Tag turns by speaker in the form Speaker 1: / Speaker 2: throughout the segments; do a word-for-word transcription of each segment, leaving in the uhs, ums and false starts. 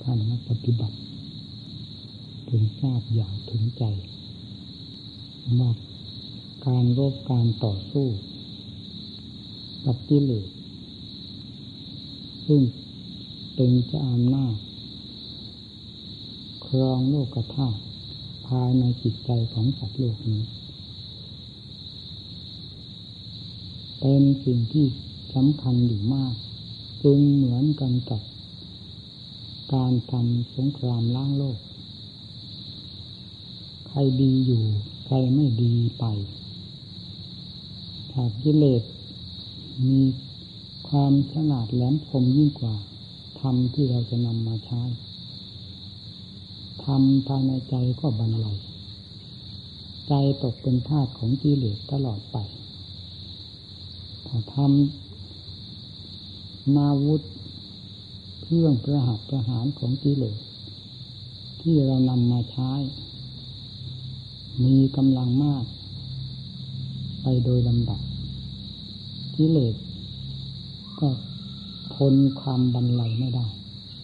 Speaker 1: ท่านนักปฏิบัติถึงทราบอย่างถึงใจว่าการรบการต่อสู้กับกิเลสซึ่งเป็นเจ้าอำนาจครองโลกธาตุภายในจิตใจของสัตว์โลกนี้เป็นสิ่งที่สำคัญอยู่มากจึงเหมือนกันกับการทำสงครามล้างโลกใครดีอยู่ใครไม่ดีไปถ้ากิเลสมีความฉลาดแหลมคมยิ่งกว่าธรรมที่เราจะนำมาใช้ธรรมภายในใจก็บรรลัยใจตกเป็นทาสของกิเลสตลอดไปถ้าธรรมนาวุธเครื่องประหัตประหารของกิเลสที่เรานำมาใช้มีกำลังมากไปโดยลำดับกิเลสก็ทนความบรรลัยไม่ได้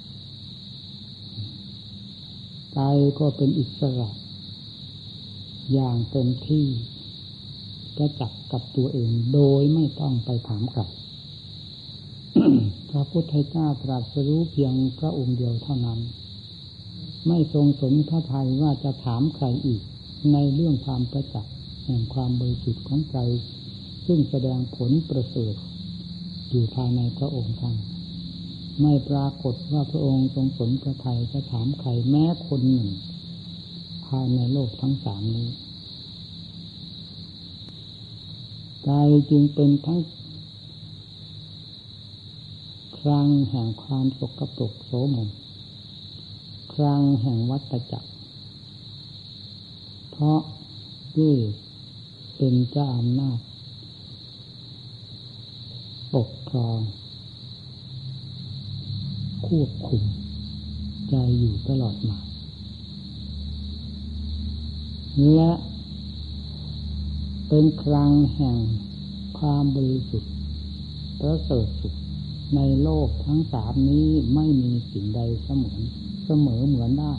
Speaker 1: ใจก็เป็นอิสระอย่างเต็มที่จะจับกับตัวเองโดยไม่ต้องไปถามใคร พระพุทธเจ้าตรัสรู้เพียงพระองค์เดียวเท่านั้นไม่ทรงสนพระทัยว่าจะถามใครอีกในเรื่องความประจักษ์แห่งความบริสุทธิ์ของใจซึ่งแสดงผลประเสริฐอยู่ภายในพระองค์ท่านไม่ปรากฏว่าพระองค์ทรงสนพระทัยจะถามใครแม้คนหนึ่งภายในโลกทั้งสามนี้ใจจึงเป็นทั้งคลังแห่งความสกปรกโสมมคลังแห่งวัฏจักรเพราะที่เป็นเจ้าอำนาจปกครองควบคุมใจอยู่ตลอดมาและเป็นคลังแห่งความบริสุทธิ์ประเสริฐสุดในโลกทั้งสามนี้ไม่มีสิ่งใดเสมอเสมอเหมือนได้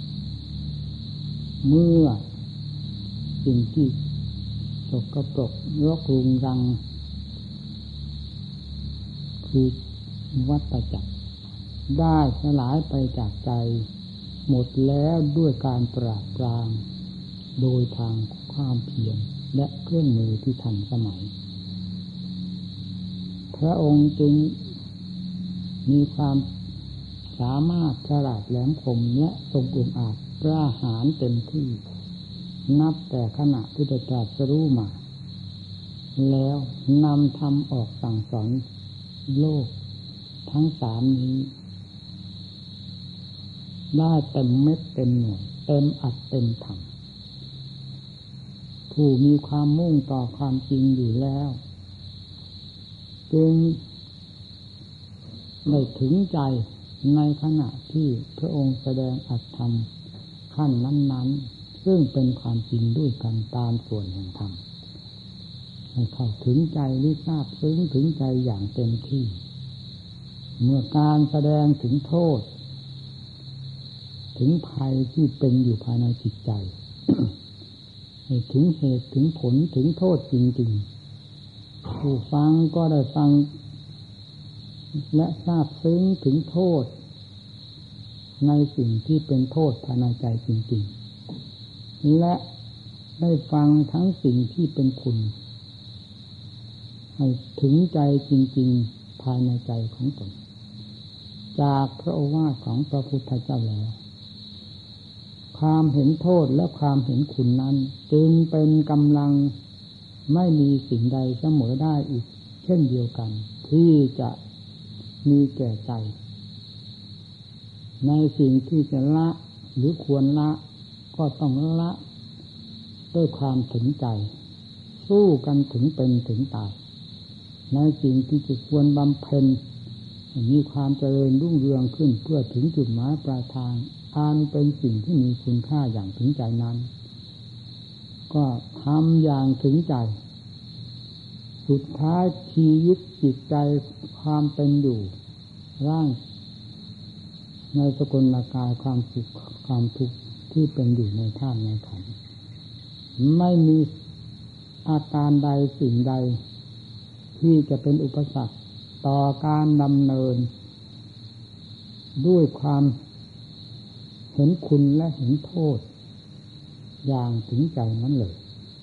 Speaker 1: เมื่อสิ่งที่สกปรกรกรุงรังคือวัฏจักรได้สลายไปจากใจหมดแล้วด้วยการปราบปรามโดยทางความเพียรและเครื่องมือที่ทันสมัยพระองค์จึงมีความสามารถฉลาดแหลมคมและทรงองอาจกล้าหาญเต็มที่นับแต่ขณะที่ได้ตรัสรู้มาแล้วนำธรรมออกสั่งสอนโลกทั้งสามนี้ได้เต็มเม็ดเต็มหน่วยเต็มอัดเต็มถังผู้มีความมุ่งต่อความจริงอยู่แล้วจึงได้ถึงใจในขณะที่พระองค์แสดงอัตธรรมขั้นนั้นๆซึ่งเป็นความจริงด้วยกันตามส่วนแห่งธรรมให้เข้าถึงใจหรือทราบซึ้งถึงใจอย่างเต็มที่เมื่อการแสดงถึงโทษถึงภัยที่เป็นอยู่ภายในจิตใจ ให้ถึงเหตุถึงผลถึงโทษจริงๆผู้ฟังก็ได้ฟังและทราบซึ้งถึงโทษในสิ่งที่เป็นโทษภายในใจจริงๆและได้ฟังทั้งสิ่งที่เป็นคุณให้ถึงใจจริงๆภายในใจของตนจากพระโอวาทของพระพุทธเจ้าแล้วความเห็นโทษและความเห็นคุณนั้นจึงเป็นกำลังไม่มีสิ่งใดเสมอได้อีกเช่นเดียวกันที่จะมีแก่ใจในสิ่งที่จะละหรือควรละก็ต้องละด้วยความถึงใจสู้กันถึงเป็นถึงตายในสิ่งที่จะควรบำเพ็ญมีความเจริญรุ่งเรืองขึ้นเพื่อถึงจุดหมายปลายทางอันเป็นสิ่งที่มีคุณค่าอย่างถึงใจนั้นก็ทำอย่างถึงใจสุดท้ายชีวิตจิตใจความเป็นอยู่ร่างในสกุลกายความสุขความทุกข์ที่เป็นอยู่ในธาตุในขันธ์ไม่มีอาการใดสิ่งใดที่จะเป็นอุปสรรคต่อการดำเนินด้วยความเห็นคุณและเห็นโทษอย่างถึงใจนั้นเลย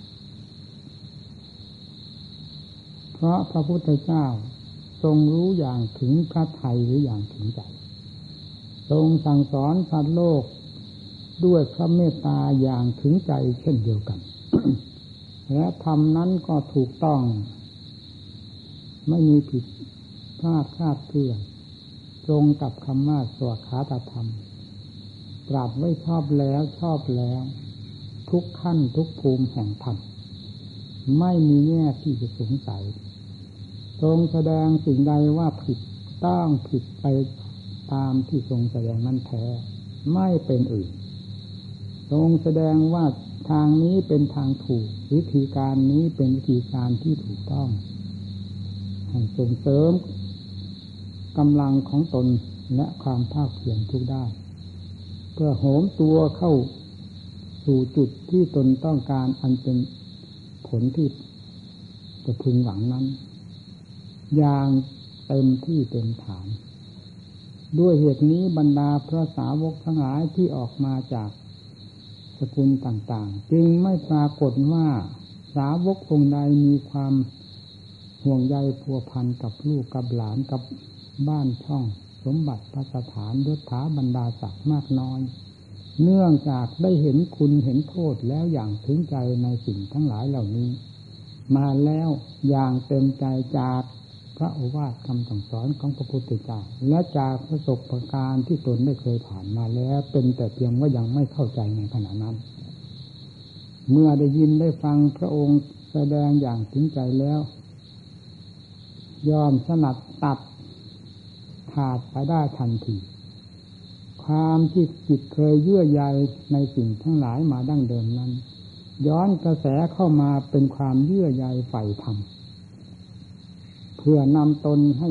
Speaker 1: เพราะพระพุทธเจ้าทรงรู้อย่างถึงพระทัยหรืออย่างถึงใจทรงสั่งสอนสัตว์โลกด้วยพระเมตตาอย่างถึงใจเช่นเดียวกัน และธรรมนั้นก็ถูกต้องไม่มีผิดพลาดคลาดเคลื่อนตรงกับคำว่าสวขาตธรรมตรัสไว้ชอบแล้วชอบแล้วทุกขั้นทุกภูมิแห่งธรรมไม่มีแง่ที่จะสงสัยทรงแสดงสิ่งใดว่าผิดต้องผิดไปตามที่ทรงแสดงนั้นแท้ไม่เป็นอื่นทรงแสดงว่าทางนี้เป็นทางถูกวิธีการนี้เป็นวิธีการที่ถูกต้องให้ส่งเสริมกำลังของตนและความภาคเพียรทุกด้านเพื่อโหมตัวเข้าสู่จุดที่ตนต้องการอันเป็นผลที่จะพึงหวังนั้นอย่างเต็มที่เต็มฐานด้วยเหตุนี้บรรดาพระสาวกทั้งหลายที่ออกมาจากสกุลต่างๆจึงไม่ปรากฏว่าสาวกองค์ใดมีความห่วงใยพัวพันกับลูกกับหลานกับบ้านช่องสมบัติพระสถานยศถาบรรดาศักดิ์มากน้อยเนื่องจากได้เห็นคุณเห็นโทษแล้วอย่างถึงใจในสิ่งทั้งหลายเหล่านี้มาแล้วอย่างเต็มใจจากพระโอวาทคำสั่งสอนของพระพุทธเจ้าและจากประสบการณ์ที่ตนได้เคยผ่านมาแล้วเป็นแต่เพียงว่ายังไม่เข้าใจในขณะนั้นเมื่อได้ยินได้ฟังพระองค์แสดงอย่างถึงใจแล้วยอมสนัดตัดขาดไปได้ทันทีความที่จิตเคยเยื่อใยในสิ่งทั้งหลายมาดั้งเดิมนั้นย้อนกระแสเข้ามาเป็นความเยื่อใยใฝ่ธรรมเพื่อนำตนให้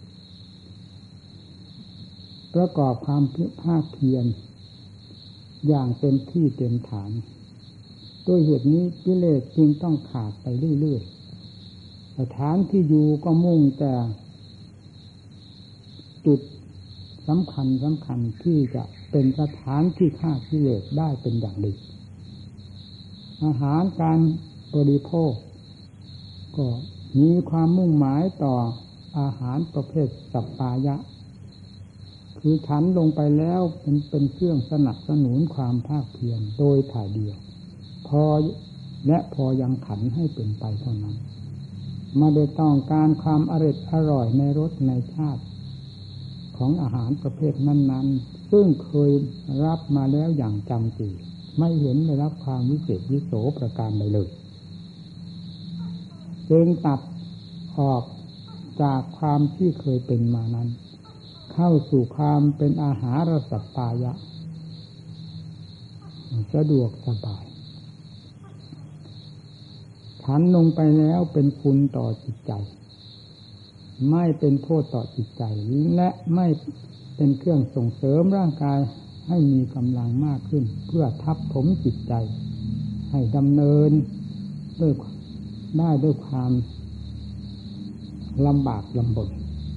Speaker 1: ประกอบความภาคเพียรอย่างเต็มที่เต็มฐานด้วยเหตุนี้กิเลสจึงต้องขาดไปเรื่อยๆสถานที่อยู่ก็มุ่งแต่จุดสำคัญสำคัญที่จะเป็นสถานที่ฆ่ากิเลสได้เป็นอย่างดีอาหารการบริโภคก็มีความมุ่งหมายต่ออาหารประเภทสัปปายะคือฉันลงไปแล้วเป็นเป็นเครื่องสนับสนุนความภาคเพียรโดยถ่ายเดียวพอและพอยังขันให้เป็นไปเท่านั้นไม่ได้ต้องการความอร่อยอร่อยในรสในชาติของอาหารประเภทนั้นๆซึ่งเคยรับมาแล้วอย่างจำจีไม่เห็นได้รับความวิเศษวิโสประการใดเลยจึงตัดออกจากความที่เคยเป็นมานั้นเข้าสู่ความเป็นอาหารสัปปายะสะดวกสบายฉันลงไปแล้วเป็นคุณต่อจิตใจไม่เป็นโทษต่อจิตใจและไม่เป็นเครื่องส่งเสริมร่างกายให้มีกำลังมากขึ้นเพื่อทับถมจิตใจให้ดำเนินด้วยได้ด้วยความลำบากลำบน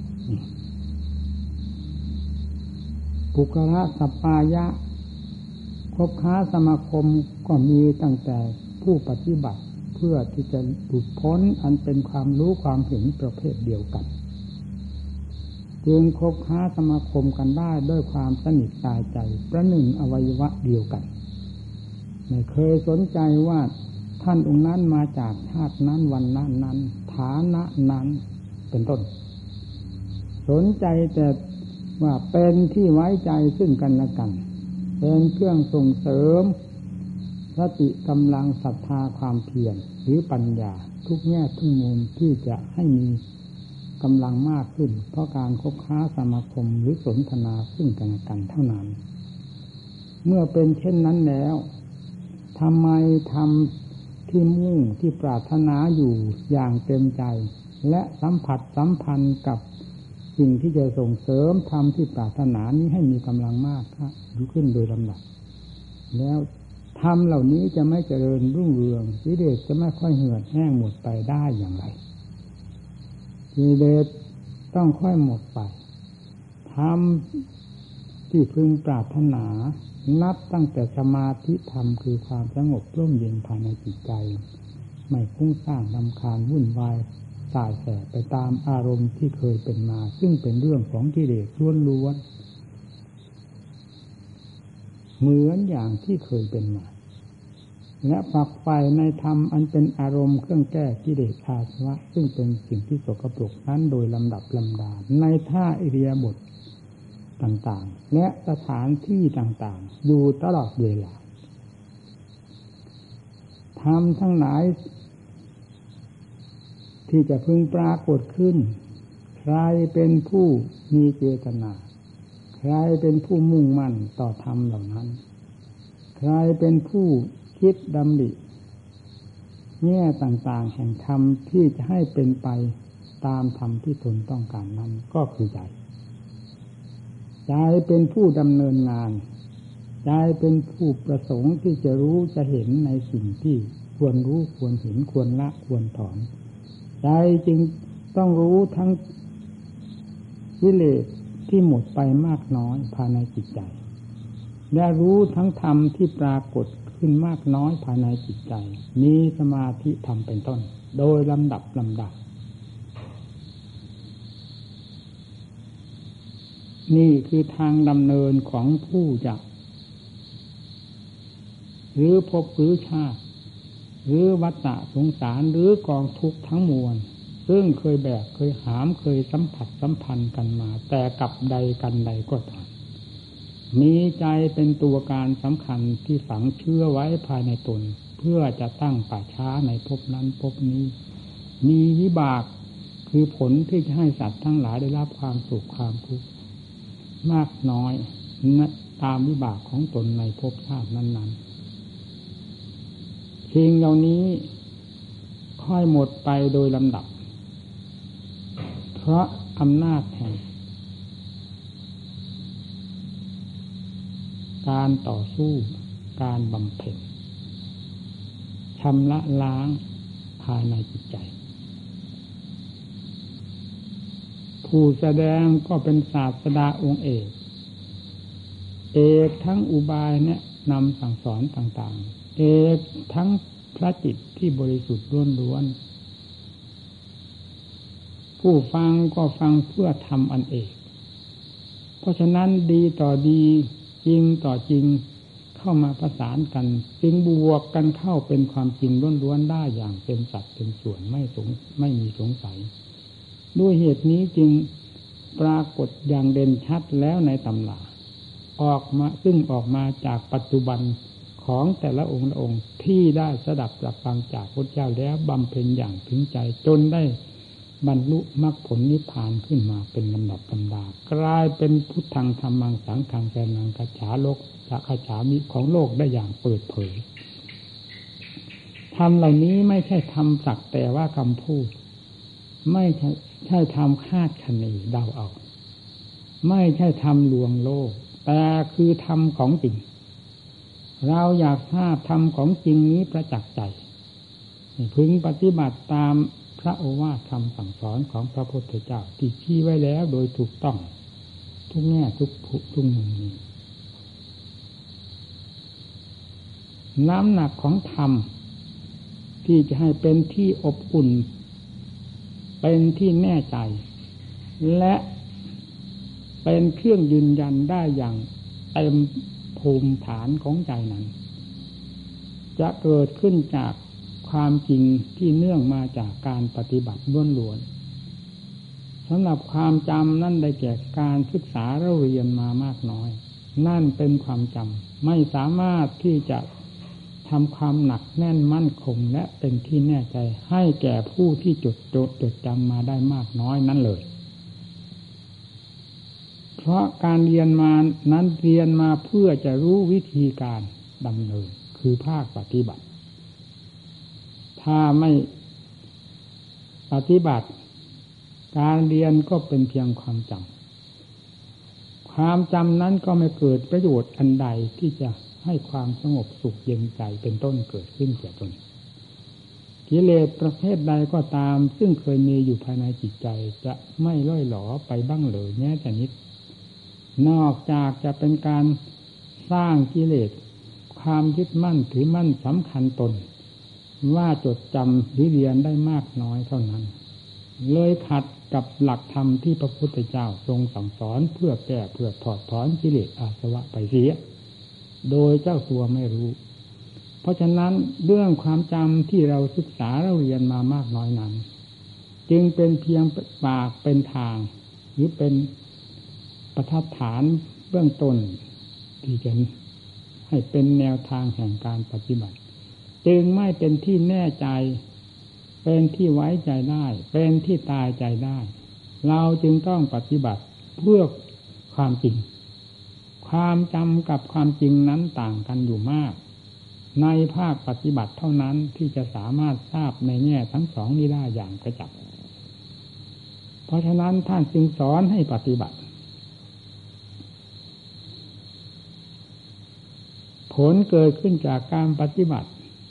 Speaker 1: ปุคละสัปปายะคบค้าสมาคมก็มีตั้งแต่ผู้ปฏิบัติเพื่อที่จะหลุดพ้นอันเป็นความรู้ความเห็นประเภทเดียวกันจึงคบค้าสมาคมกันได้ด้วยความสนิทตายใจประหนึ่งอวัยวะเดียวกันไม่เคยสนใจว่าท่านองค์นั้นมาจากชาตินั้นวันนั้นนั้นฐานะนั้นเป็นต้นสนใจแต่ว่าเป็นที่ไว้ใจซึ่งกันและกันเป็นเครื่องส่งเสริมสติกำลังศรัทธาความเพียรหรือปัญญาทุกแง่ทุกมุมที่จะให้มีกำลังมากขึ้นเพราะการคบค้าสมาคมหรือสนทนาซึ่งกันและกันเท่านั้นเมื่อเป็นเช่นนั้นแล้วทำไมทำที่มุ่งที่ปรารถนาอยู่อย่างเต็มใจและสัมผัสสัมพันธ์กับสสิ่งที่จะส่งเสริมธรรมที่ปรารถนานี้ให้มีกำลังมากยิ่งขึ้นโดยลำดับแล้วธรรมเหล่านี้จะไม่เจริญรุ่งเรืองกิเลสจะไม่ค่อยเหือดแห้งหมดไปได้อย่างไรกิเลสต้องค่อยหมดไปธรรมที่พึงปรารถนานับตั้งแต่สมาธิธรรมคือความสงบร่มเย็นภายในจิตใจไม่ฟุ้งซ่านรำคาญวุ่นวายสายแสไปตามอารมณ์ที่เคยเป็นมาซึ่งเป็นเรื่องของกิเลสล้วนๆเหมือนอย่างที่เคยเป็นมาและฝักใฝ่ในธรรมอันเป็นอารมณ์เครื่องแก้กิเลสอาสวะซึ่งเป็นสิ่งที่สกปรกนั้นโดยลำดับลำดาในท่าอิริยาบถต่างๆและสถานที่ต่างๆอยู่ตลอดเวลาธรรมทั้งหลายที่จะพึงปรากฏขึ้นใครเป็นผู้มีเจตนาใครเป็นผู้มุ่งมั่นต่อธรรมเหล่านั้นใครเป็นผู้คิดดำริแง่ต่างๆแห่งธรรมที่จะให้เป็นไปตามธรรมที่ตนต้องการนั้นก็คือใจใจเป็นผู้ดำเนินงานใจเป็นผู้ประสงค์ที่จะรู้จะเห็นในสิ่งที่ควรรู้ควรเห็นควรละควรถอนใจจึงต้องรู้ทั้งกิเลสที่หมดไปมากน้อยภายในจิตใจและรู้ทั้งธรรมที่ปรากฏขึ้นมากน้อยภายในจิตใจมีสมาธิธรรมเป็นต้นโดยลำดับลำดับนี่คือทางดำเนินของผู้จะหรือภพหรือชาติหรือวัฏสงสารหรือกองทุกข์ทั้งมวลซึ่งเคยแบกเคยหามเคยสัมผัสสัมพันธ์กันมาแต่กับใดกันใดก็ตามมีใจเป็นตัวการสำคัญที่ฝังเชื่อไว้ภายในตนเพื่อจะตั้งป่าช้าในภพนั้นภพนี้มีวิบากคือผลที่จะให้สัตว์ทั้งหลายได้รับความสุขความทุกข์มากน้อยตามวิบากของตนในภพชาตินั้นๆสิ่งเหล่านี้ค่อยหมดไปโดยลำดับเพราะอำนาจแห่งการต่อสู้การบำเพ็ญชำระล้างภายในจิตใจผู้แสดงก็เป็นศาสดาองค์เอกเอกทั้งอุบายแนะนำสั่งสอนต่างๆเอกทั้งพระจิตที่บริสุทธิ์ล้วนๆผู้ฟังก็ฟังเพื่อทำอันเอกเพราะฉะนั้นดีต่อดีจริงต่อจริงเข้ามาประสานกันจึงบวกกันเข้าเป็นความจริงล้วนๆได้อย่างเป็นสัดเป็นส่วนไม่สงไม่มีสงสัยด้วยเหตุนี้จึงปรากฏอย่างเด่นชัดแล้วในตำราออกมาซึ่งออกมาจากปัจจุบันของแต่ละองค์ละองค์ที่ได้สดับรับฟังจากพระเจ้าแล้วบำเพ็ญอย่างถึงใจจนได้บรรลุมรรคผลนิพพานขึ้นมาเป็นลำดับลำดากลายเป็นพุทธังธรรมังสังฆังแสนังกัจฉาโลกสักฉามิของโลกได้อย่างเปิดเผยธรรมเหล่านี้ไม่ใช่ธรรมสักแต่ว่าคำพูดไม่ใช่ใช่ธรรมคาดคะเนเดาเอาไม่ใช่ธรรมลวงโลกแต่คือธรรมของจริงเราอยากทราบธรรมของจริงนี้ประจักษ์ใจพึงปฏิบัติตามพระโอวาทคำสั่งสอนของพระพุทธเจ้าที่ชี้ไว้แล้วโดยถูกต้องทุกแง่ทุกทุกทุกมุมนี้น้ำหนักของธรรมที่จะให้เป็นที่อบอุ่นเป็นที่แน่ใจและเป็นเครื่องยืนยันได้อย่างเต็มภูมิฐานของใจนั้นจะเกิดขึ้นจากความจริงที่เนื่องมาจากการปฏิบัติล้วนๆสำหรับความจำนั่นได้แก่การศึกษาเราเรียนมามากน้อยนั่นเป็นความจำไม่สามารถที่จะทำความหนักแน่นมั่นคงและเป็นที่แน่ใจให้แก่ผู้ที่จดจดจดจำมาได้มากน้อยนั้นเลยเพราะการเรียนมานั้นเรียนมาเพื่อจะรู้วิธีการดำเนินคือภาคปฏิบัติถ้าไม่ปฏิบัติการเรียนก็เป็นเพียงความจำความจำนั้นก็ไม่เกิดประโยชน์อันใดที่จะให้ความสงบสุขเย็นใจเป็นต้นเกิดขึ้นแก่ตนกิเลสประเภทใดก็ตามซึ่งเคยมีอยู่ภายในจิตใจจะไม่ล่อยหลอไปบ้างเลยแม้แต่นิดนอกจากจะเป็นการสร้างกิเลสความยึดมั่นถือมั่นสำคัญตนว่าจดจำหรือเรียนได้มากน้อยเท่านั้นเลยขัดกับหลักธรรมที่พระพุทธเจ้าทรงสั่งสอนเพื่อแก้เพื่อถอดถอนกิเลสอาสวะไปเสียโดยเจ้าตัวไม่รู้เพราะฉะนั้นเรื่องความจำที่เราศึกษาเราเรียนมามากน้อยนั้นจึงเป็นเพียงปากเป็นทางหรือเป็นประทัดฐานเบื้องต้นที่จะให้เป็นแนวทางแห่งการปฏิบัติจึงไม่เป็นที่แน่ใจเป็นที่ไว้ใจได้เป็นที่ตายใจได้เราจึงต้องปฏิบัติเพื่อความจริงความจำกับความจริงนั้นต่างกันอยู่มากในภาคปฏิบัติเท่านั้นที่จะสามารถทราบในแง่ทั้งสองนี้ได้อย่างกระจ่างเพราะฉะนั้นท่านจึงสอนให้ปฏิบัติผลเกิดขึ้นจากการปฏิบัติ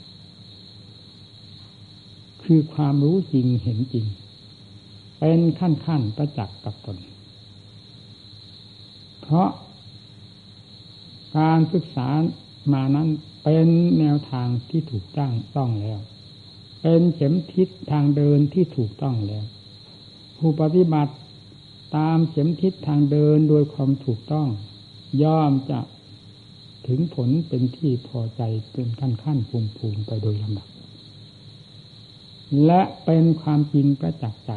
Speaker 1: คือความรู้จริงเห็นจริงเป็นขั้นๆประจักษ์กับตนเพราะการศึกษามานั้นเป็นแนวทางที่ถูกจ้างต้องแล้วเป็นเข็มทิศทางเดินที่ถูกต้องแล้วผู้ปฏิบัติตามเข็มทิศทางเดินโดยความถูกต้องย่อมจะถึงผลเป็นที่พอใจเป็นขั้นๆภูมิๆไปโดยลำดับและเป็นความจริงประจักษ์ใจ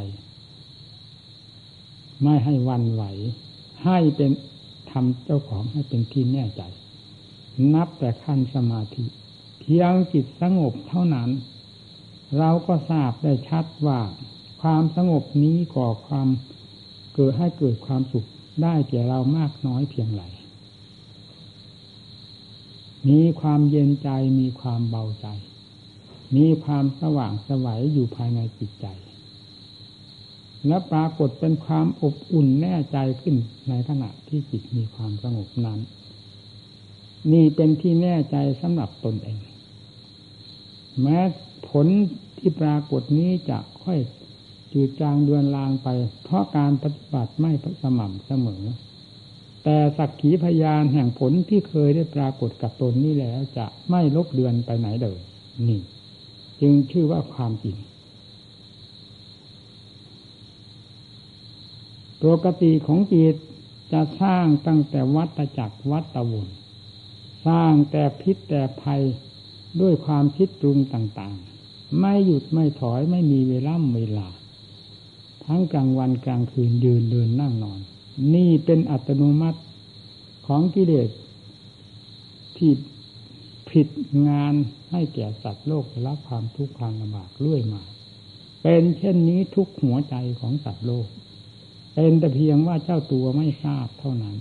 Speaker 1: ไม่ให้หวั่นไหวให้เป็นทำเจ้าของให้เป็นที่แน่ใจนับแต่ขั้นสมาธิเพียงจิตสงบเท่านั้นเราก็ทราบได้ชัดว่าความสงบนี้ก่อความเกิดให้เกิดความสุขได้แก่เรามากน้อยเพียงไรมีความเย็นใจมีความเบาใจมีความสว่างไสวอยู่ภายในจิตใจและปรากฏเป็นความอบอุ่นแน่ใจขึ้นในขณะที่จิตมีความสงบนั้นนี่เป็นที่แน่ใจสำหรับตนเองแม้ผลที่ปรากฏนี้จะค่อยจืดจางเดือนลางไปเพราะการปฏิบัติไม่สม่ำเสมอแต่สักขีพยานแห่งผลที่เคยได้ปรากฏกับตนนี้แล้วจะไม่ลบเลือนไปไหนเลยนี่จึงชื่อว่าความจริงปกติของจิตจะสร้างตั้งแต่วัฏจักรวัฏวนสร้างแต่พิษแต่ภัยด้วยความคิดปรุงต่างๆไม่หยุดไม่ถอยไม่มีเวลาเวลาทั้งกลางวันกลางคืนยืนเดินนั่งนอนนี่เป็นอัตโนมัติของกิเลสที่ผิดงานให้แก่สัตว์โลกรับความทุกข์ความลำบากเรื่อยมาเป็นเช่นนี้ทุกหัวใจของสัตว์โลกเป็นแต่เพียงว่าเจ้าตัวไม่ทราบเท่านั้น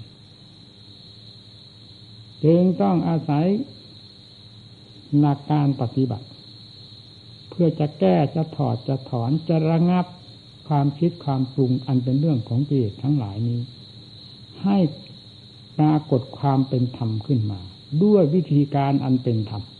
Speaker 1: จึงต้องอาศัยหลักการปฏิบัติเพื่อจะแก้จะถอดจะถอนจะระงับความคิดความปรุงอันเป็นเรื่องของกิเลสทั้งหลายนี้ให้ปรากฏความเป็นธรรมขึ้นมาด้วยวิธีการอันเป็นธรรม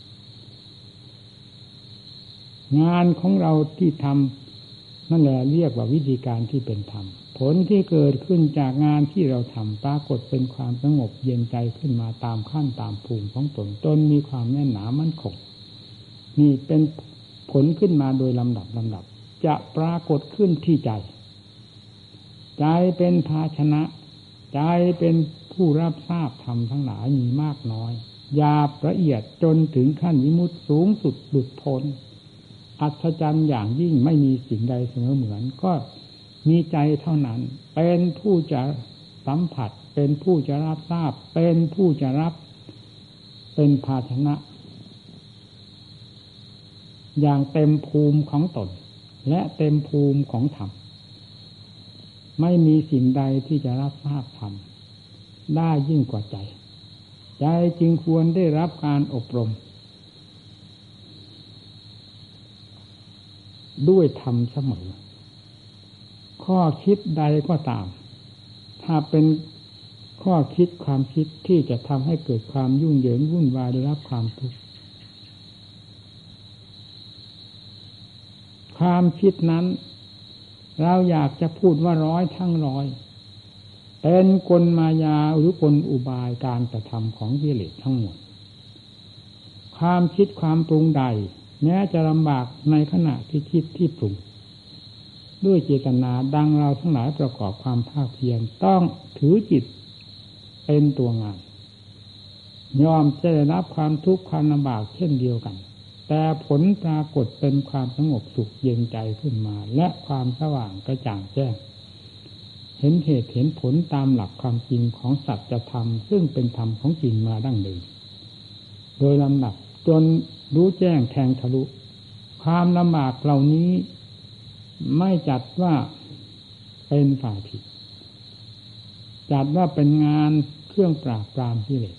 Speaker 1: งานของเราที่ทำนั่นแหละเรียกว่าวิธีการที่เป็นธรรมผลที่เกิดขึ้นจากงานที่เราทำปรากฏเป็นความสงบเย็นใจขึ้นมาตามขั้นตามภูมิของตนจนมีความแน่นหนามั่นคงนี่เป็นผลขึ้นมาโดยลำดับลำดับจะปรากฏขึ้นที่ใจใจเป็นภาชนะใจเป็นผู้รับทราบธรรมทั้งหลายมีมากน้อยหยาบละเอียดจนถึงขั้นวิมุตติสูงสุดหลุดพ้นอัศจรรย์อย่างยิ่งไม่มีสิ่งใดเสมอเหมือนก็มีใจเท่านั้นเป็นผู้จะสัมผัสเป็นผู้จะรับทราบเป็นผู้จะรับเป็นภาชนะอย่างเต็มภูมิของตนและเต็มภูมิของธรรมไม่มีสิ่งใดที่จะรับทราบธรรมได้ยิ่งกว่าใจใจจึงควรได้รับการอบรมด้วยธรรมเสมอข้อคิดใดก็ตามถ้าเป็นข้อคิดความคิดที่จะทำให้เกิดความยุ่งเหยิงวุ่นวายได้รับความทุกข์ความคิดนั้นเราอยากจะพูดว่าร้อยทั้งร้อยเป็นกลมายาหรือกลอุบายการกระทำของกิเลสทั้งหมดความคิดความปรุงใดแม้จะลำบากในขณะที่คิดที่ปรุงด้วยเจตนาดังเราทั้งหลายประกอบความภาคเพียรต้องถือจิตเป็นตัวงานยอมจะได้รับความทุกข์ความลำบากเช่นเดียวกันแต่ผลปรากฏเป็นความสงบสุขเย็นใจขึ้นมาและความสว่างกระจ่างแจ้งเห็นเหตุเห็นผลตามหลักความจริงของสัจธรรมซึ่งเป็นธรรมของจริงมาดั้งเดิมโดยลำดับจนรู้แจ้งแทงทะลุความลำบากเหล่านี้ไม่จัดว่าเป็นฝ่ายผิดจัดว่าเป็นงานเครื่องปราบปรามกิเลส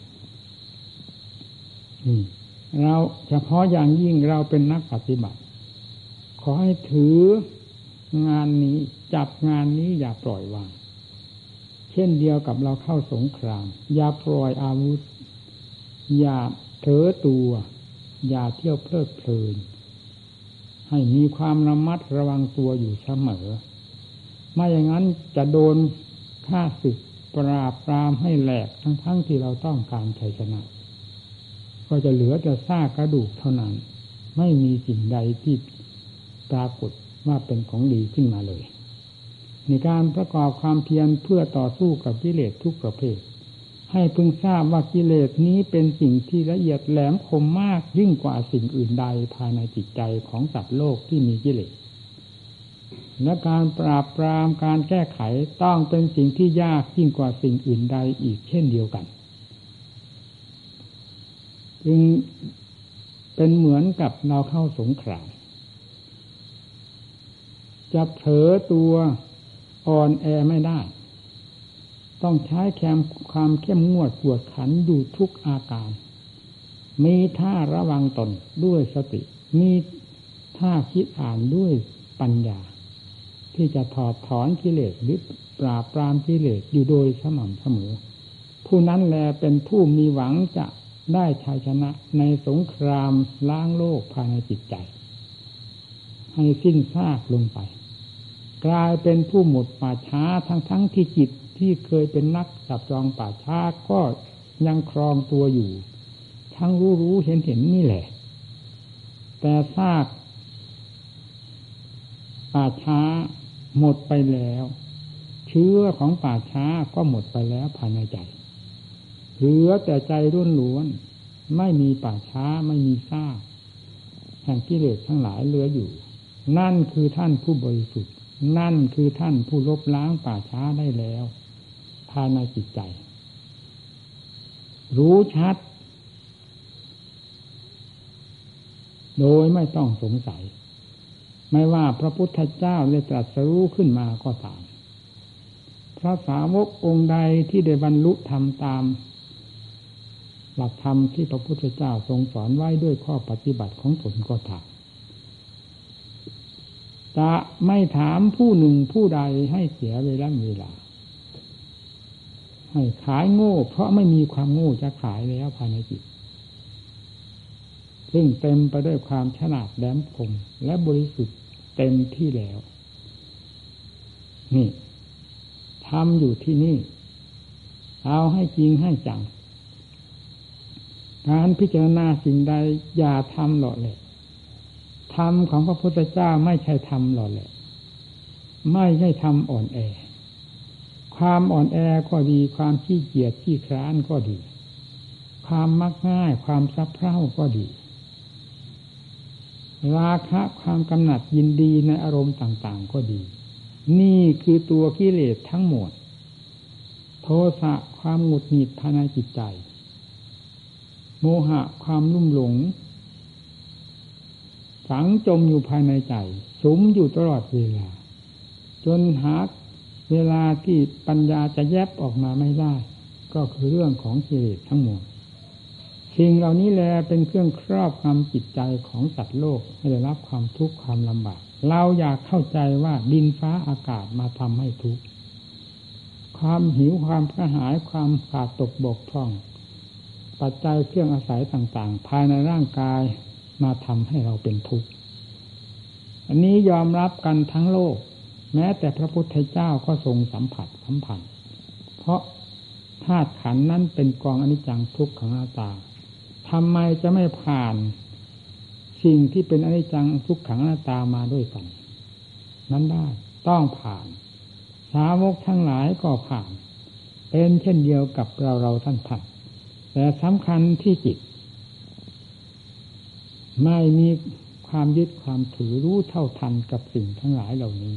Speaker 1: เราเฉพาะอย่างยิ่งเราเป็นนักปฏิบัติขอให้ถืองานนี้จับงานนี้อย่าปล่อยวางเช่นเดียวกับเราเข้าสงครามอย่าปล่อยอาวุธอย่าเถอตัวอย่าเที่ยวเพลิดเพลินให้มีความระมัดระวังตัวอยู่เสมอไม่อย่างนั้นจะโดนฆ่าศึกปราบปรามให้แหลกทั้งๆที่เราต้องการชัยชนะก็จะเหลือแต่ซากกระดูกเท่านั้นไม่มีสิ่งใดที่ปรากฏว่าเป็นของดีขึ้นมาเลยในการประกอบความเพียรเพื่อต่อสู้กับกิเลสทุกประเภทให้พึงทราบว่ากิเลสนี้เป็นสิ่งที่ละเอียดแหลมคมมากยิ่งกว่าสิ่งอื่นใดภายในจิตใจของสัตว์โลกที่มีกิเลสและการปราบปรามการแก้ไขต้องเป็นสิ่งที่ยากยิ่งกว่าสิ่งอื่นใดอีกเช่นเดียวกันจึงเป็นเหมือนกับเราเข้าสงครามจะเผลอตัวอ่อนแอไม่ได้ต้องใช้แคมความเข้มงวดกวดขันอยู่ทุกอาการมีท่าระวังตนด้วยสติมีท่าคิดอ่านด้วยปัญญาที่จะถอดถอนกิเลสหรือปราบปรามกิเลสอยู่โดยสม่ำเสมอผู้นั้นแลเป็นผู้มีหวังจะได้ชัยชนะในสงครามล้างโลกภายในจิตใจให้สิ้นซากลงไปกลายเป็นผู้หมดป่าช้าทั้งๆที่จิตที่เคยเป็นนักจับจองป่าช้าก็ยังครองตัวอยู่ทั้งรู้รู้เห็นเห็นนี่แหละแต่ซากป่าช้าหมดไปแล้วเชื้อของป่าช้าก็หมดไปแล้วภายในใจเหลือแต่ใจล้วนๆไม่มีป่าช้าไม่มีซากแห่งกิเลสทั้งหลายเหลืออยู่นั่นคือท่านผู้บริสุทธิ์นั่นคือท่านผู้ลบล้างป่าช้าได้แล้วภายในจิตใจรู้ชัดโดยไม่ต้องสงสัยไม่ว่าพระพุทธเจ้าได้ตรัสรู้ขึ้นมาก็ตามพระสาวกองค์ใดที่ได้บรรลุธรรมตามหลักธรรมที่พระพุทธเจ้าทรงสอนไว้ด้วยข้อปฏิบัติของตนก็ตามจะไม่ถามผู้หนึ่งผู้ใดให้เสียเวลาเวลาให้ขายโง่เพราะไม่มีความโง่จะขายแล้วภายในจิตซึ่งเต็มไปด้วยความฉลาดแหลมคมและบริสุทธิ์เต็มที่แล้วนี่ทำอยู่ที่นี่เอาให้จริงให้จังการพิจารณาสิ่งใดอย่าทำหล่อแหละธรรมของพระพุทธเจ้าไม่ใช่ธรรมหล่อแหละไม่ใช่ธรรมอ่อนแอความอ่อนแอก็ดีความขี้เกียจขี้คร้านก็ดีความมักง่ายความสับเพร่าก็ดีราคะความกำหนัดยินดีในอารมณ์ต่างๆก็ดีนี่คือตัวกิเลสทั้งหมดโทสะความหงุดหงิดภายในจิตใจโมหะความลุ่มหลงฝังจมอยู่ภายในใจสุมอยู่ตลอดเวลาจนหาเวลาที่ปัญญาจะแยบออกมาไม่ได้ก็คือเรื่องของกิเลสทั้งหมดสิ่งเหล่านี้แลเป็นเครื่องครอบงำจิตใจของสัตว์โลกให้ได้รับความทุกข์ความลำบากเราอยากเข้าใจว่าดินฟ้าอากาศมาทำให้ทุกข์ความหิวความกระหายความขาดตกบกพร่องปัจจัยเครื่องอาศัยต่างๆภายในร่างกายมาทำให้เราเป็นทุกข์อันนี้ยอมรับกันทั้งโลกแม้แต่พระพุทธเจ้าก็ทรงสัมผัสสัมพันธ์เพราะธาตุขันธ์นั้นเป็นกองอนิจจังทุกขังอนัตตาทำไมจะไม่ผ่านสิ่งที่เป็นอนิจจังทุกขังอนัตตามาด้วยกันนั้นได้ต้องผ่านสาวกทั้งหลายก็ผ่านเป็นเช่นเดียวกับเราเราท่านท่านแต่สำคัญที่จิตไม่มีความยึดความถือรู้เท่าทันกับสิ่งทั้งหลายเหล่านี้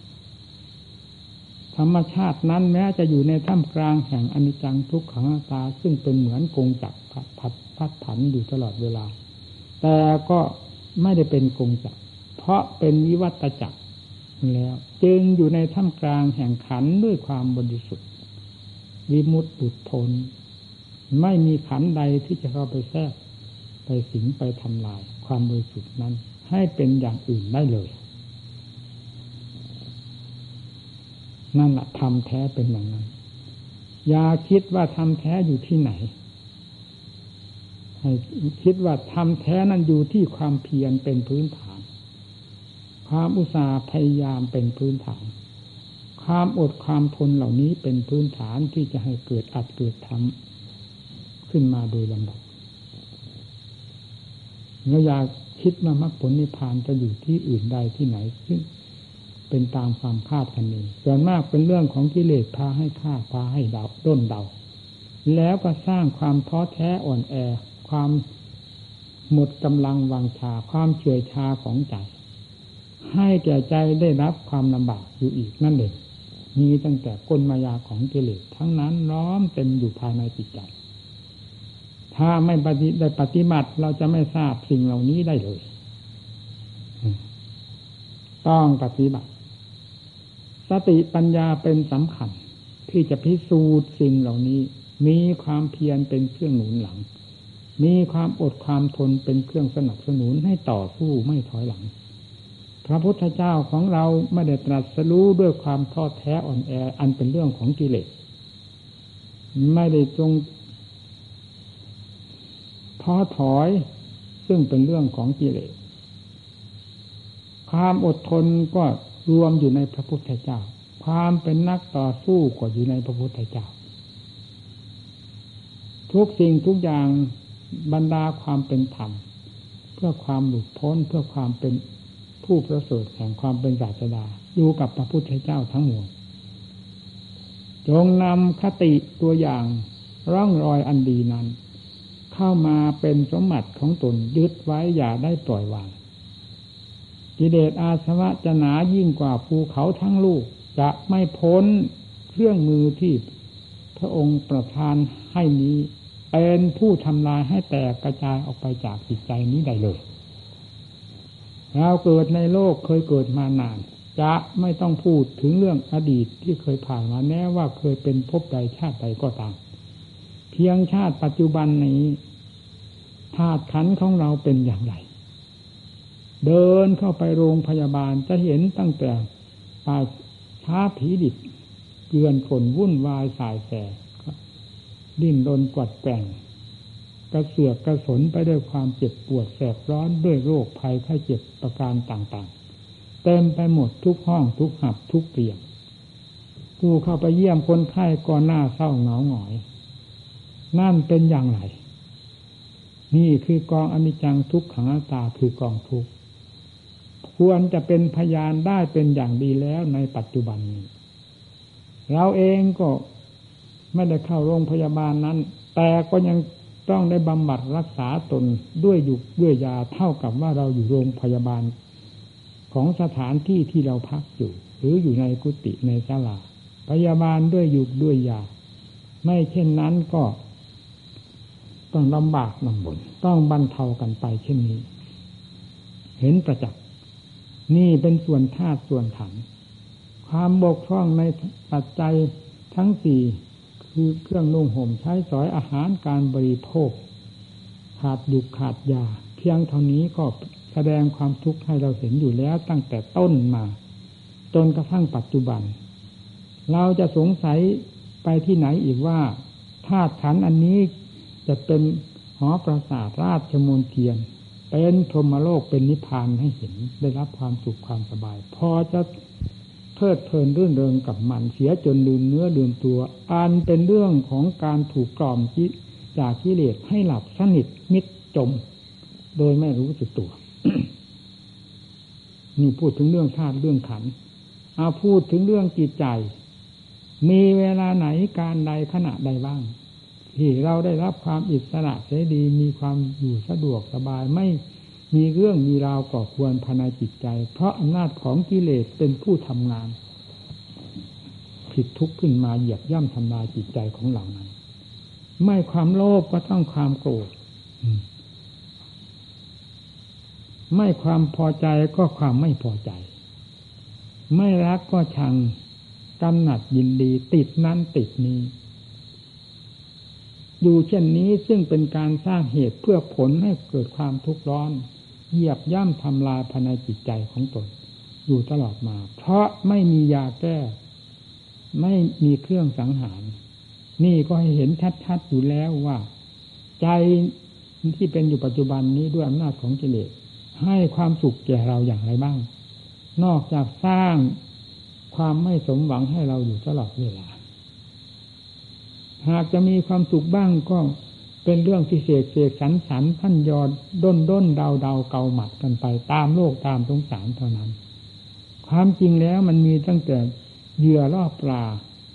Speaker 1: ธรรมชาตินั้นแม้จะอยู่ในท่ามกลางแห่งอนิจจังทุกขังอนัตตาซึ่งเป็นเหมือนกงจักรพัดพัดผันอยู่ตลอดเวลาแต่ก็ไม่ได้เป็นกงจักรเพราะเป็นวิวัตจักรแล้วจึงอยู่ในท่ามกลางแห่งขันธ์ด้วยความบริสุทธิ์วิมุตติหลุดพ้นไม่มีขันธ์ใดที่จะเข้าไปแทรกไปสิงไปทำลายความบริสุทธิ์นั้นให้เป็นอย่างอื่นได้เลยนั่นแหละธรรมแท้เป็นอย่างนั้นอย่าคิดว่าธรรมแท้อยู่ที่ไหนให้คิดว่าธรรมแท้นั้นอยู่ที่ความเพียรเป็นพื้นฐานความอุตสาห์พยายามเป็นพื้นฐานความอดความทนเหล่านี้เป็นพื้นฐานที่จะให้เกิดอัตเกิดธรรมขึ้นมาโดยลำดับเราอยากคิดว่ามรรคผลนิพพานจะอยู่ที่อื่นใดที่ไหนซึ่งเป็นตามความคาดคะเนส่วนมากเป็นเรื่องของกิเลสพาให้ฆ่าพาให้เดาด้นเดาแล้วก็สร้างความท้อแท้อ่อนแอความหมดกำลังวังชาความเฉื่อยชาของใจให้แก่ใจได้รับความลำบากอยู่อีกนั่นเองมีตั้งแต่กลมายาของกิเลสทั้งนั้นล้อมเต็มอยู่ภายในจิตใจถ้าไม่ปฏิได้ปฏิบัติเราจะไม่ทราบสิ่งเหล่านี้ได้เลยต้องปฏิบัติสติปัญญาเป็นสำคัญที่จะพิสูจน์สิ่งเหล่านี้มีความเพียรเป็นเครื่องหนุนหลังมีความอดความทนเป็นเครื่องสนับสนุนให้ต่อสู้ไม่ถอยหลังพระพุทธเจ้าของเราไม่ได้ตรัสรู้ด้วยความท้อแท้อ่อนแออันเป็นเรื่องของกิเลสไม่ได้จงท้อถอยซึ่งเป็นเรื่องของกิเลสความอดทนก็รวมอยู่ในพระพุทธเจ้าความเป็นนักต่อสู้ก็อยู่ในพระพุทธเจ้าทุกสิ่งทุกอย่างบรรดาความเป็นธรรมเพื่อความหลุดพ้นเพื่อความเป็นผู้ประเสริฐแห่งความเป็นศาสดาอยู่กับพระพุทธเจ้าทั้งหมดจงนำคติตัวอย่างร่องรอยอันดีนั้นเข้ามาเป็นสมบัติของตนยึดไว้อย่าได้ปล่อยวางกิเลสอาสวะจะหนายิ่งกว่าภูเขาทั้งลูกจะไม่พ้นเครื่องมือที่พระองค์ประทานให้นี้เป็นผู้ทำลายให้แตกกระจายออกไปจากจิตใจนี้ได้เลยเราเกิดในโลกเคยเกิดมานานจะไม่ต้องพูดถึงเรื่องอดีตที่เคยผ่านมาแม้ว่าเคยเป็นภพใดชาติใดก็ตามเพียงชาติปัจจุบันนี้ธาตุขันธ์ของเราเป็นอย่างไรเดินเข้าไปโรงพยาบาลจะเห็นตั้งแต่ป่าช้าผีดิบเกลื่อนกล่นวุ่นวายสายแสดิ้นรนกวัดแกว่งกระเสือกกระสนไปด้วยความเจ็บปวดแสบร้อนด้วยโรคภัยไข้เจ็บประการต่างๆเต็มไปหมดทุกห้องทุกหับทุกเตียงผู้เข้าไปเยี่ยมคนไข้ก็หน้าเศร้าเหงาหงอยนั่นเป็นอย่างไรนี่คือกองอนิจจังทุกขังอนัตตาคือกองทุกข์ควรจะเป็นพยานได้เป็นอย่างดีแล้วในปัจจุบันนี้เราเองก็ไม่ได้เข้าโรงพยาบาลนั้นแต่ก็ยังต้องได้บำบัดรักษาตนด้วยยุกด้วยยาเท่ากับว่าเราอยู่โรงพยาบาลของสถานที่ที่เราพักอยู่หรืออยู่ในกุฏิในศาลาพยาบาลด้วยยุกด้วยยาไม่เช่นนั้นก็ต้องลำบากลำบนต้องบรรเทากันไปเช่นนี้เห็นประจักษ์นี่เป็นส่วนธาตุส่วนขันธ์ความบกพร่องในปัจจัยทั้งสี่คือเครื่องนุ่งห่มใช้สอยอาหารการบริโภคขาดยุกขาดยาเพียงเท่านี้ก็แสดงความทุกข์ให้เราเห็นอยู่แล้วตั้งแต่ต้นมาจนกระทั่งปัจจุบันเราจะสงสัยไปที่ไหนอีกว่าธาตุขันธ์อันนี้จะเป็นหอปราสาทราชมนเทียนเป็นพรหมโลกเป็นนิพพานให้เห็นได้รับความสุขความสบายพอจะเพลิดเพลินรื่นเริงกับมันเสียจนลืมเนื้อลืมตัวอันเป็นเรื่องของการถูกกล่อมจากกิเลสให้หลับสนิทมิดจมโดยไม่รู้สึกตัว นี่พูดถึงเรื่องธาตุเรื่องขันธ์เอาพูดถึงเรื่องจิตใจมีเวลาไหนการใดขณะใดบ้างที่เราได้รับความอิสระเสรีมีความอยู่สะดวกสบายไม่มีเรื่องมีราวก่อควรภายในจิตใจเพราะอำนาจของกิเลสเป็นผู้ทำงานผิดทุกข์ขึ้นมาเหยียบย่ำทำลายจิตใจของเรานั้นไม่ความโลภก็ต้องความโกรธไม่ความพอใจก็ความไม่พอใจไม่รักก็ชังกำหนัดยินดีติดนั้นติดนี้อยู่เช่นนี้ซึ่งเป็นการสร้างเหตุเพื่อผลให้เกิดความทุกข์ร้อนเหยียบย่ำทำลายภายในจิตใจของตนอยู่ตลอดมาเพราะไม่มียาแก้ไม่มีเครื่องสังหารนี่ก็ให้เห็นชัดๆอยู่แล้วว่าใจที่เป็นอยู่ปัจจุบันนี้ด้วยอำนาจของกิเลสให้ความสุขแก่เราอย่างไรบ้างนอกจากสร้างความไม่สมหวังให้เราอยู่ตลอดเวลาหากจะมีความสุขบ้างก็เป็นเรื่องที่เสกเสกสรรสรรพันยอดด้นด้นเดาเดาเกาหมัดกันไปตามโลกตามสงสารเท่านั้นความจริงแล้วมันมีตั้งแต่เหยื่อล่อปลา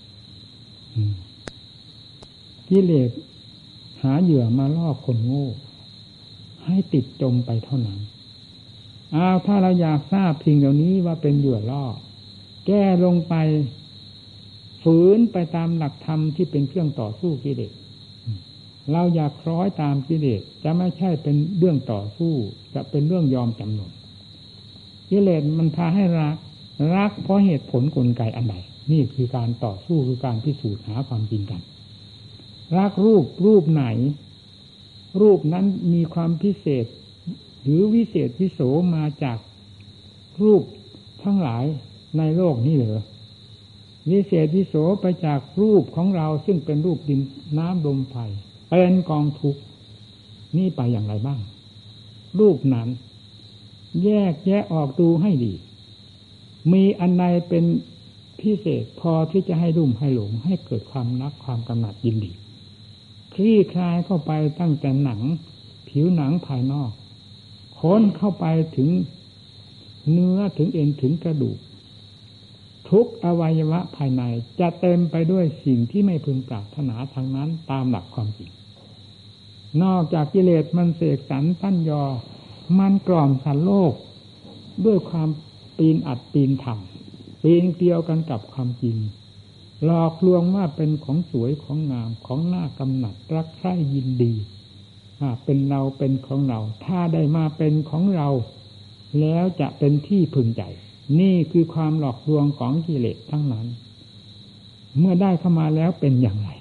Speaker 1: กิเลสหาเหยื่อมาล่อคนโง่ให้ติดจมไปเท่านั้นอ้าวถ้าเราอยากทราบสิ่งเหล่านี้ว่าเป็นเหยื่อล่อแก้ลงไปฝืนไปตามหลักธรรมที่เป็นเครื่องต่อสู้กิเลสเราอยากคล้อยตามกิเลสจะไม่ใช่เป็นเรื่องต่อสู้จะเป็นเรื่องยอมจำนนกิเลสมันพาให้รักรักเพราะเหตุผลกลไกอันใดนี่คือการต่อสู้คือการพิสูจน์หาความจริงกันรักรูปรูปไหนรูปนั้นมีความพิเศษหรือวิเศษวิโสมาจากรูปทั้งหลายในโลกนี้เหรอวิเศษวิโสไปจากรูปของเราซึ่งเป็นรูปดินน้ำลมไฟเป็นกองทุกข์นี่ไปอย่างไรบ้างรูปนั้นแยกแยะออกดูให้ดีมีอันใดเป็นพิเศษพอที่จะให้รุ่มให้หลงให้เกิดความรักความกำหนัดยินดีคลี่คลายเข้าไปตั้งแต่หนังผิวหนังภายนอกค้นเข้าไปถึงเนื้อถึงเอ็นถึงกระดูกทุกอวัยวะภายในจะเต็มไปด้วยสิ่งที่ไม่พึงปรารถนาทางนั้นตามหลักความจริงนอกจากกิเลสมันเสกสรรปั้นยอมันกล่อมสัตว์โลกด้วยความปีนอัดปีนถ่ำปีนเกลียวกันกับความจริงหลอกลวงว่าเป็นของสวยของงามของน่ากำหนัดรักใคร่ยินดีเป็นเราเป็นของเราถ้าได้มาเป็นของเราแล้วจะเป็นที่พึงใจนี่คือความหลอกลวงของกิเลสทั้งนั้นเมื่อได้เข้ามาแล้วเป็นอย่างไร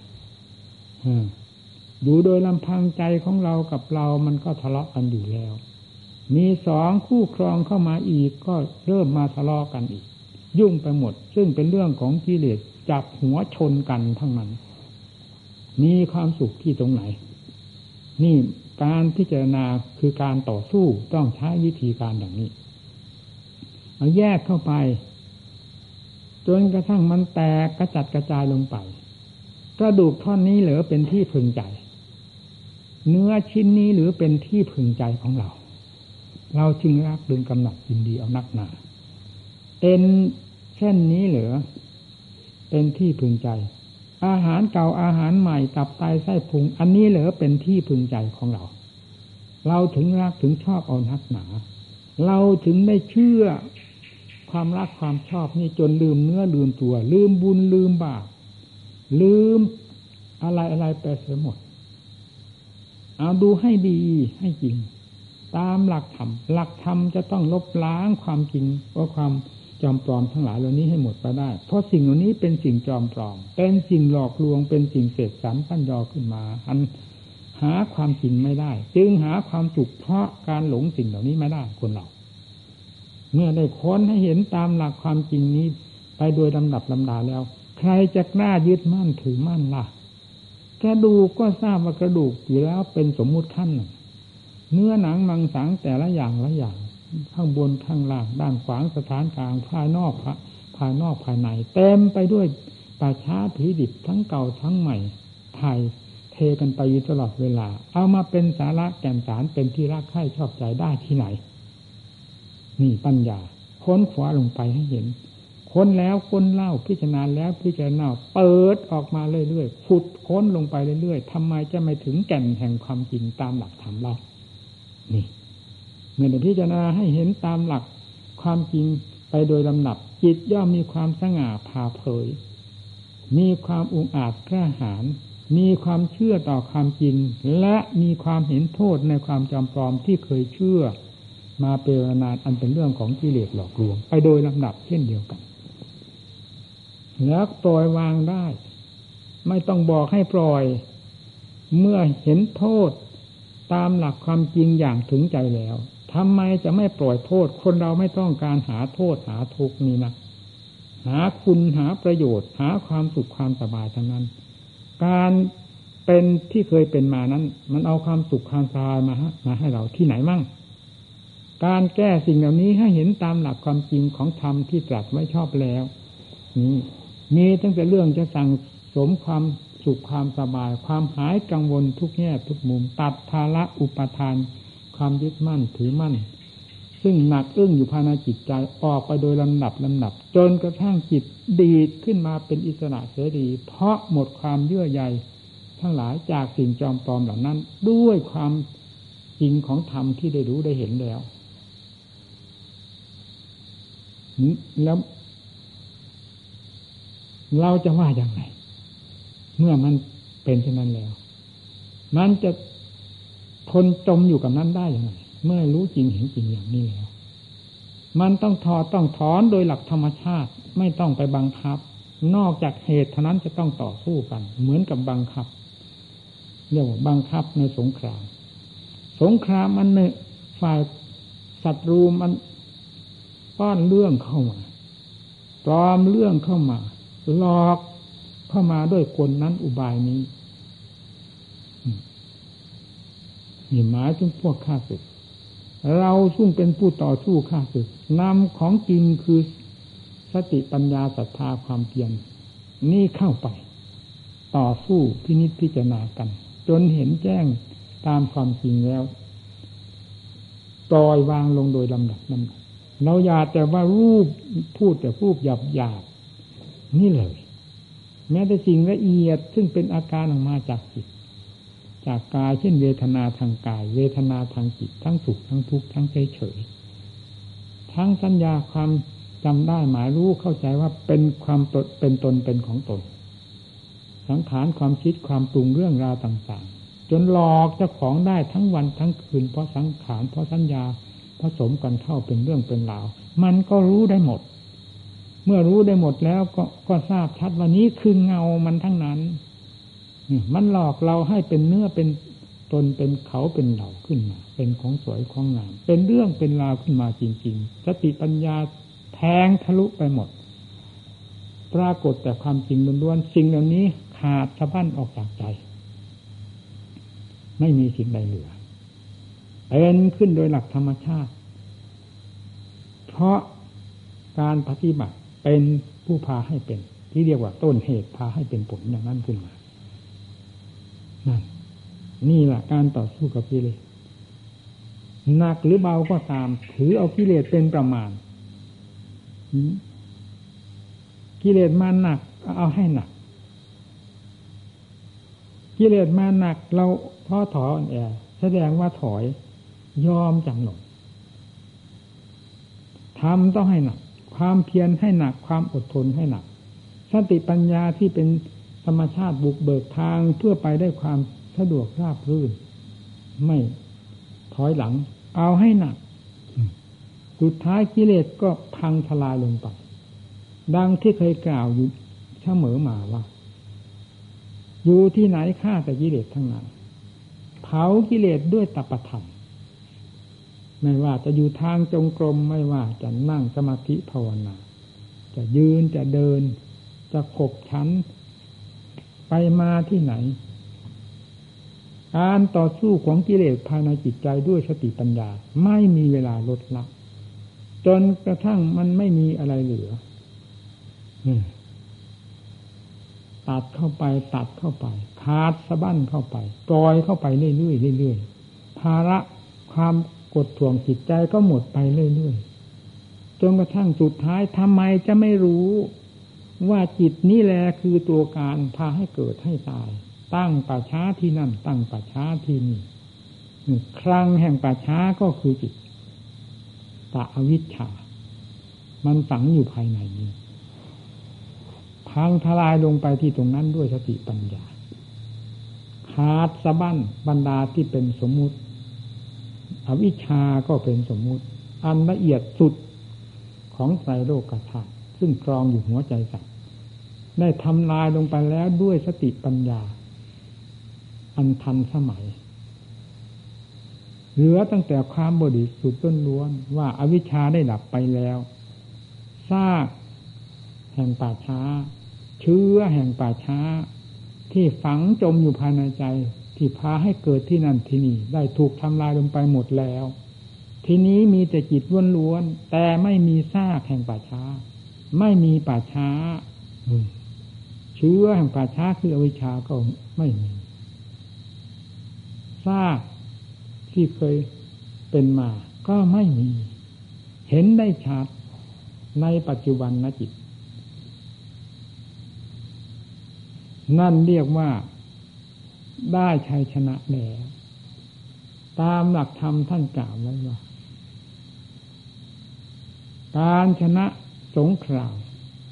Speaker 1: ดูโดยลำพังใจของเรากับเรามันก็ทะเลาะกันอยู่แล้วมีสองคู่ครองเข้ามาอีกก็เริ่มมาทะเลาะกันอีกยุ่งไปหมดซึ่งเป็นเรื่องของกิเลสจับหัวชนกันทั้งนั้นมีความสุขที่ตรงไหนนี่การพิจารณาคือการต่อสู้ต้องใช้วิธีการอย่างนี้เอาแยกเข้าไปจนกระทั่งมันแตกกระจัดกระจายลงไปกระดูกท่อนนี้เหลือเป็นที่พึงใจเนื้อชิ้นนี้หรือเป็นที่พึงใจของเราเราจึงรักดึงกำหนัดยินดีเอานักหนาเป็นเช่นนี้เหลือเป็นที่พึงใจอาหารเก่าอาหารใหม่ตับไตไส้พุงอันนี้เหลือเป็นที่พึงใจของเราเราถึงรักถึงชอบเอานักหนาเราถึงได้เชื่อความรักความชอบนี่จนลืมเนื้อลืมตัวลืมบุญลืมบาปลืมอะไรอะไรไปเสียหมดเอาดูให้ดีให้จริงตามหลักธรรมหลักธรรมจะต้องลบล้างความจริงว่าความจอมปลอมทั้งหลายเหล่านี้ให้หมดไปได้เพราะสิ่งเหล่านี้เป็นสิ่งจอมปลอมเป็นสิ่งหลอกลวงเป็นสิ่งเสกสรรปั้นยอขึ้นมาอันหาความจริงไม่ได้จึงหาความสุขเพราะการหลงสิ่งเหล่านี้ไม่ได้คนเราเมื่อได้ค้นให้เห็นตามหลักความจริงนี้ไปโดยลำดับลำดาแล้วใครจะกล้ายึดมั่นถือมั่นล่ะกระดูกก็ทราบว่ากระดูกอยู่แล้วเป็นสมมุติขั้นหนึ่งเนื้อหนังมังสังแต่ละอย่างละอย่างข้างบนข้างล่างด้านขวางสถานกลางภายนอกภายนอกภายในเต็มไปด้วยป่าช้าผีดิบทั้งเก่าทั้งใหม่ไทยเทกันไปอยู่ตลอดเวลาเอามาเป็นสาระแก่นสารเป็นที่รักใคร่ชอบใจได้ที่ไหนนี่ปัญญาค้นคว้าลงไปให้เห็นค้นแล้วค้นเล่าพิจารณาแล้วพิจารณาเปิดออกมาเรื่อยๆขุดค้นลงไปเรื่อยๆทำไมจะไม่ถึงแก่นแห่งความจริงตามหลักธรรมเรานี่เมื่อได้พิจารณาให้เห็นตามหลักความจริงไปโดยลำดับจิตย่อมมีความสง่าผ่าเผยมีความอุกอาจกล้าหาญมีความเชื่อต่อความจริงและมีความเห็นโทษในความจำปลอมที่เคยเชื่อมาเป็นเวลานานอันเป็นเรื่องของกิเลสหลอกลวงไปโดยลำดับเช่นเดียวกันแล้วปล่อยวางได้ไม่ต้องบอกให้ปล่อยเมื่อเห็นโทษตามหลักความจริงอย่างถึงใจแล้วทำไมจะไม่ปล่อยโทษคนเราไม่ต้องการหาโทษหาทุกข์นี่นะหาคุณหาประโยชน์หาความสุขความสบายทั้งนั้นการเป็นที่เคยเป็นมานั้นมันเอาความสุขความสบายมามาให้เราที่ไหนมั่งการแก้สิ่งเหล่านี้ให้เห็นตามหลักความจริงของธรรมที่ตรัสไว้ชอบแล้วนี่มีตั้งแต่เรื่องจะสั่งสมความสุขความสบายความหายกังวลทุกแง่ทุกมุมตัดภาระอุปทานความยึดมั่นถือมั่นซึ่งหนักอึ้งอยู่ภายในจิตใจออกไปโดยลำดับลำดับจนกระทั่งจิตดีดขึ้นมาเป็นอิสระเสรีเพราะหมดความเยื่อใยทั้งหลายจากสิ่งจอมปลอมเหล่านั้นด้วยความจริงของธรรมที่ได้รู้ได้เห็นแล้วแล้วเราจะว่าอย่างไรเมื่อมันเป็นเช่นนั้นแล้วมันจะทนจมอยู่กับนั้นได้อย่างไรเมื่อรู้จริงเห็นจริงอย่างนี้แล้วมันต้องถอดต้องถอนโดยหลักธรรมชาติไม่ต้องไปบังคับนอกจากเหตุเท่านั้นจะต้องต่อสู้กันเหมือนกับบังคับเรียกว่าบังคับในสงครามสงครามมันเนี่ยฝ่ายศัตรูมันป้อนเรื่องเข้ามาปลอมเรื่องเข้ามาหลอกเข้ามาด้วยกลนั้นอุบายนี้นี่หมายถึงพวกข้าศึกเราซึ่งเป็นผู้ต่อสู้ข้าศึกนำของจริงคือสติปัญญาศรัทธาความเพียรนี่เข้าไปต่อสู้พินิจพิจารณากันจนเห็นแจ้งตามความจริงแล้วปล่อยวางลงโดยลำดับลำดับเราอย่าแต่ว่ารูปพูดแต่รูปหยาบหยาบนี่เลยแม้แต่สิ่งละเอียดซึ่งเป็นอาการออกมาจากจิตจากกายเช่นเวทนาทางกายเวทนาทางจิตทั้งสุขทั้งทุกข์ทั้งเฉยเฉยทั้งสัญญาความจำได้หมายรู้เข้าใจว่าเป็นความตนเป็นตนเป็นของตนสังขารความคิดความปรุงเรื่องราวต่างๆจนหลอกเจ้าของได้ทั้งวันทั้งคืนเพราะสังขารเพราะสัญญาผสมกันเข้าเป็นเรื่องเป็นราวมันก็รู้ได้หมดเมื่อรู้ได้หมดแล้วก็ก็ทราบชัดว่านี้คือเงามันทั้งนั้นมันหลอกเราให้เป็นเนื้อเป็นตนเป็นเขาเป็นเราขึ้นมาเป็นของสวยของงามเป็นเรื่องเป็นราวขึ้นมาจริงๆสติปัญญาแทงทะลุไปหมดปรากฏแต่ความจริงล้วนๆสิ่งเหล่านี้ขาดสะบั้นออกจากใจไม่มีสิ่งใดเหลือเป็นขึ้นโดยหลักธรรมชาติเพราะการปฏิบัติเป็นผู้พาให้เป็นที่เรียกว่าต้นเหตุพาให้เป็นผลอย่างนั้นขึ้นมานั่นนี่แหละการต่อสู้กับกิเลสหนักหรือเบาก็ตามถือเอากิเลสเป็นประมาณกิเลสมาหนักเอาให้หนักกิเลสมาหนักเราท้อถอยอ่อนแอแสดงว่าถอยยอมจำนนทำต้องให้หนักความเพียรให้หนักความอดทนให้หนักสติปัญญาที่เป็นธรรมชาติบุกเบิกทางเพื่อไปได้ความสะดวกราบรื่นไม่ถอยหลังเอาให้หนักสุดท้ายกิเลสก็พังทลายลงไปดังที่เคยกล่าวอยู่เสมอมาว่าอยู่ที่ไหนฆ่าแต่กิเลสทั้งนั้นเผากิเลสด้วยตปธรรมไม่ว่าจะอยู่ทางจงกรมไม่ว่าจะนั่งสมาธิภาวนาจะยืนจะเดินจะขบฉันไปมาที่ไหนการต่อสู้ของกิเลสภายในจิตใจด้วยสติปัญญาไม่มีเวลาลดละจนกระทั่งมันไม่มีอะไรเหลือตัดเข้าไปตัดเข้าไปขาดสะบั้นเข้าไปปล่อยเข้าไปเรื่อยๆเรื่อยๆภาระความกดท่วงจิตใจก็หมดไปเรื่อยๆจนกระทั่งสุดท้ายทำไมจะไม่รู้ว่าจิตนี่แหละคือตัวการพาให้เกิดให้ตายตั้งป่าช้าที่นั่นตั้งป่าช้าที่นี่ครั้งแห่งป่าช้าก็คือจิตตะอวิชชามันฝังอยู่ภายในนี้พังทลายลงไปที่ตรงนั้นด้วยสติปัญญาขาดสะบั้นบรรดาที่เป็นสมมุติอวิชชาก็เป็นสมมุติอันละเอียดสุดของไตรโลกธาตุซึ่งครองอยู่หัวใจสัตว์ได้ทำลายลงไปแล้วด้วยสติปัญญาอันทันสมัยเหลือตั้งแต่ความบริสุทธิ์ล้วนๆว่าอวิชชาได้ดับไปแล้วซากแห่งป่าช้าเชื้อแห่งป่าช้าที่ฝังจมอยู่ภายในใจที่พาให้เกิดที่นั่นที่นี่ได้ถูกทำลายลงไปหมดแล้วทีนี้มีแต่จิตล้วนๆแต่ไม่มีซากแห่งป่าช้าไม่มีป่าช้าเชื้อแห่งป่าช้าคืออวิชชาก็ไม่มีซากที่เคยเป็นมาก็ไม่มีเห็นได้ชัดในปัจจุบันนะจิตนั่นเรียกว่าได้ชัยชนะแล้วตามหลักธรรมท่านกล่าวไว้ว่าการชนะสงคราม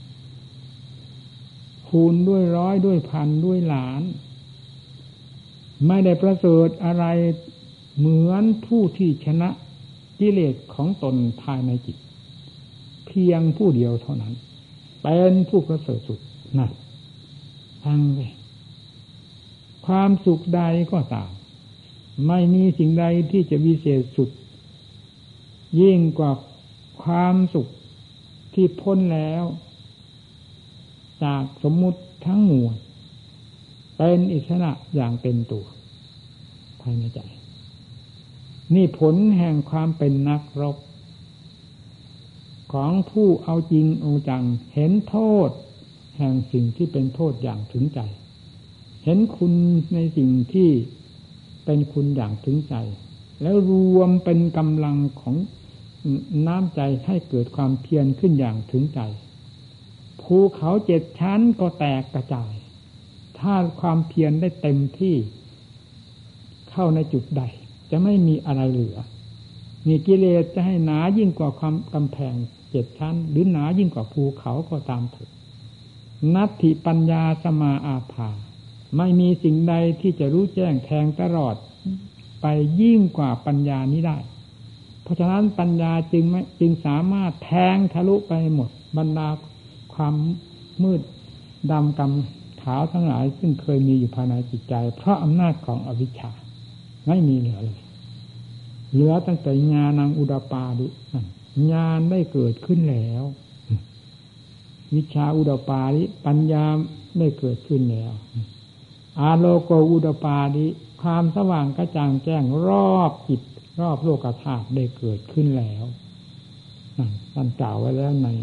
Speaker 1: คูณด้วยร้อยด้วยพันด้วยล้านไม่ได้ประเสริฐอะไรเหมือนผู้ที่ชนะกิเลสของตนภายในจิตเพียงผู้เดียวเท่านั้นเป็นผู้ประเสริฐสุดนั่นฟังเลยความสุขใดก็ตามไม่มีสิ่งใดที่จะวิเศษสุดยิ่งกว่าความสุขที่พ้นแล้วจากสมมุติทั้งมวลเป็นอิสระอย่างเต็มตัวภายในใจนี่ผลแห่งความเป็นนักรบของผู้เอาจริงเอาจังเห็นโทษแห่งสิ่งที่เป็นโทษอย่างถึงใจเห็นคุณในสิ่งที่เป็นคุณอย่างถึงใจแล้วรวมเป็นกำลังของน้ำใจให้เกิดความเพียรขึ้นอย่างถึงใจภูเขาเจ็ดชั้นก็แตกกระจายถ้าความเพียรได้เต็มที่เข้าในจุดใดจะไม่มีอะไรเหลือมีกิเลสจะให้หนายิ่งกว่าความกำแพงเจ็ดชั้นหรือหนายิ่งกว่าภูเขาก็ตามเถิดนัตถิปัญญาสมาอาภาไม่มีสิ่งใดที่จะรู้แจ้งแทงตลอดไปยิ่งกว่าปัญญานี้ได้เพราะฉะนั้นปัญญาจึงไม่จึงสามารถแทงทะลุไปหมดบรรดาความมืดดำกำขาวทั้งหลายซึ่งเคยมีอยู่ภายในจิตใจเพราะอำนาจของอวิชชาไม่มีเหลือเลยเหลือตั้งแต่ญาณังอุดปาดิญาณได้เกิดขึ้นแล้ววิชาอุดปาดิปัญญาได้เกิดขึ้นแล้วอาโลโกอุดปาดิความสว่างกระจ่างแจ้งรอบจิตรอบโลกธาตุได้เกิดขึ้นแล้วท่านกล่าวไว้แล้วใน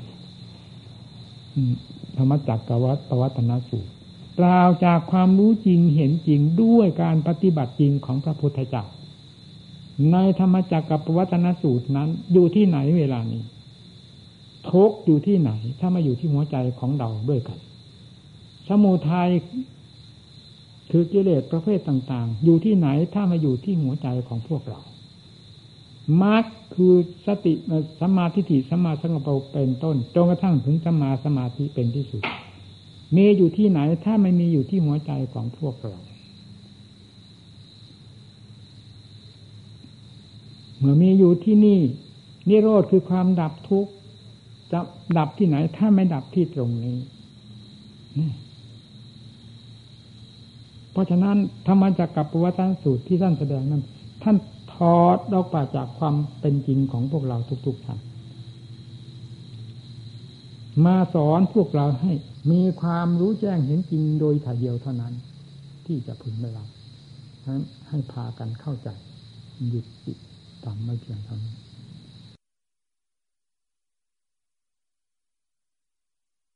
Speaker 1: ธรรมจักรปวัตตนสูตรกล่าวจากความรู้จริงเห็นจริงด้วยการปฏิบัติจริงของพระพุทธเจ้าในธรรมจักรปวัตตนสูตรนั้นอยู่ที่ไหนเวลานี้ทุกข์อยู่ที่ไหนถ้ามาอยู่ที่หัวใจของเราด้วยกันสมุทัยคือกิเลสประเภทต่างๆอยู่ที่ไหนถ้ามาอยู่ที่หัวใจของพวกเรามรรคคือสติสัมมาทิฏฐิสัมมาสังกัปปะเป็นต้นจนกระทั่งถึงสัมมาสมาธิเป็นที่สุดมีอยู่ที่ไหนถ้าไม่มีอยู่ที่หัวใจของพวกเราเมื่อมีอยู่ที่นี่นิโรธคือความดับทุกข์จะดับที่ไหนถ้าไม่ดับที่ตรงนี้เพราะฉะนั้นธรรมจักรกับปวัตตนสูตรที่ท่านแสดงนั้นท่านถอดออกมาจากความเป็นจริงของพวกเราทุกๆท่านมาสอนพวกเราให้มีความรู้แจ้งเห็นจริงโดยถ่ายเดียวเท่านั้นที่จะพึงได้รับฉะนั้นให้พากันเข้าใจหยุดจิตตามไม่เพียงเท่านี้